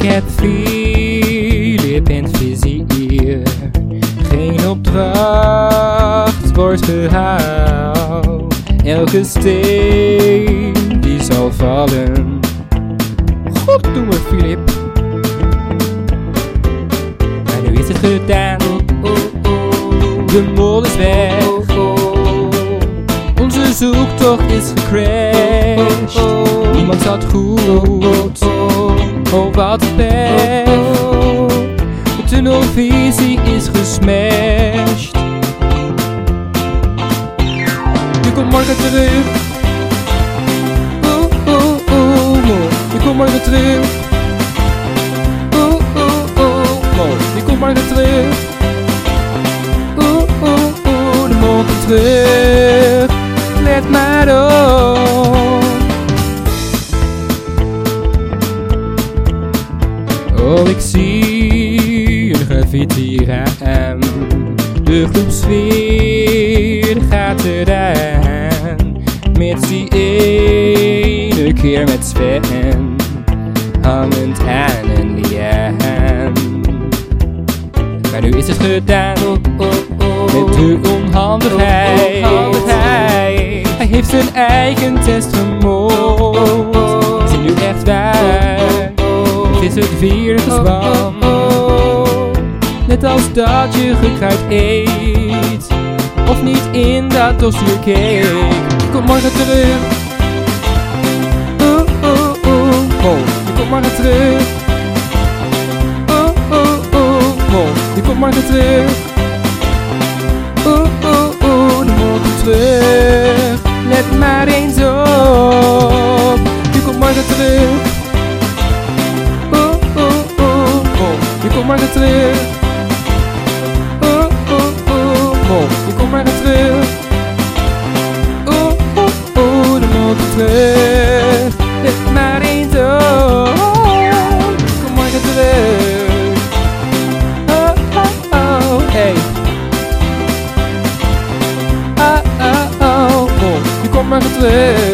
heb Filip in het vizier. Geen opdracht wordt gehaald. Elke steen die zal vallen. God, doe maar, Filip. Maar nu is het gedaan. De mol is weg. Onze zoektocht is gecrashed. Niemand zat goed. Oh, wat een pech. De tunnelvisie is gesmashed. Je komt morgen terug. Je komt morgen terug. Je komt morgen terug. De mol komt terug. Let maar op. Oh, ik zie een graffiti-raam. De groepsfeer gaat eraan. Met die ene keer met Sven. Hangend aan een liaan. Maar nu is het gedaan. Met de onhandigheid. Hij heeft zijn eigen test gemoord. Is het nu echt waar? Het is het vierde gezwam. Net als dat je gekruid eet. Of niet in dat dossier keek. Je komt morgen terug. Je komt morgen terug. Je komt morgen terug. De mol komt terug. Let maar eens op. Je komt morgen terug. Je komt morgen terug. Je komt morgen terug. De mol komt terug. Let maar eens op. Je komt morgen terug. Hey. Je komt morgen terug.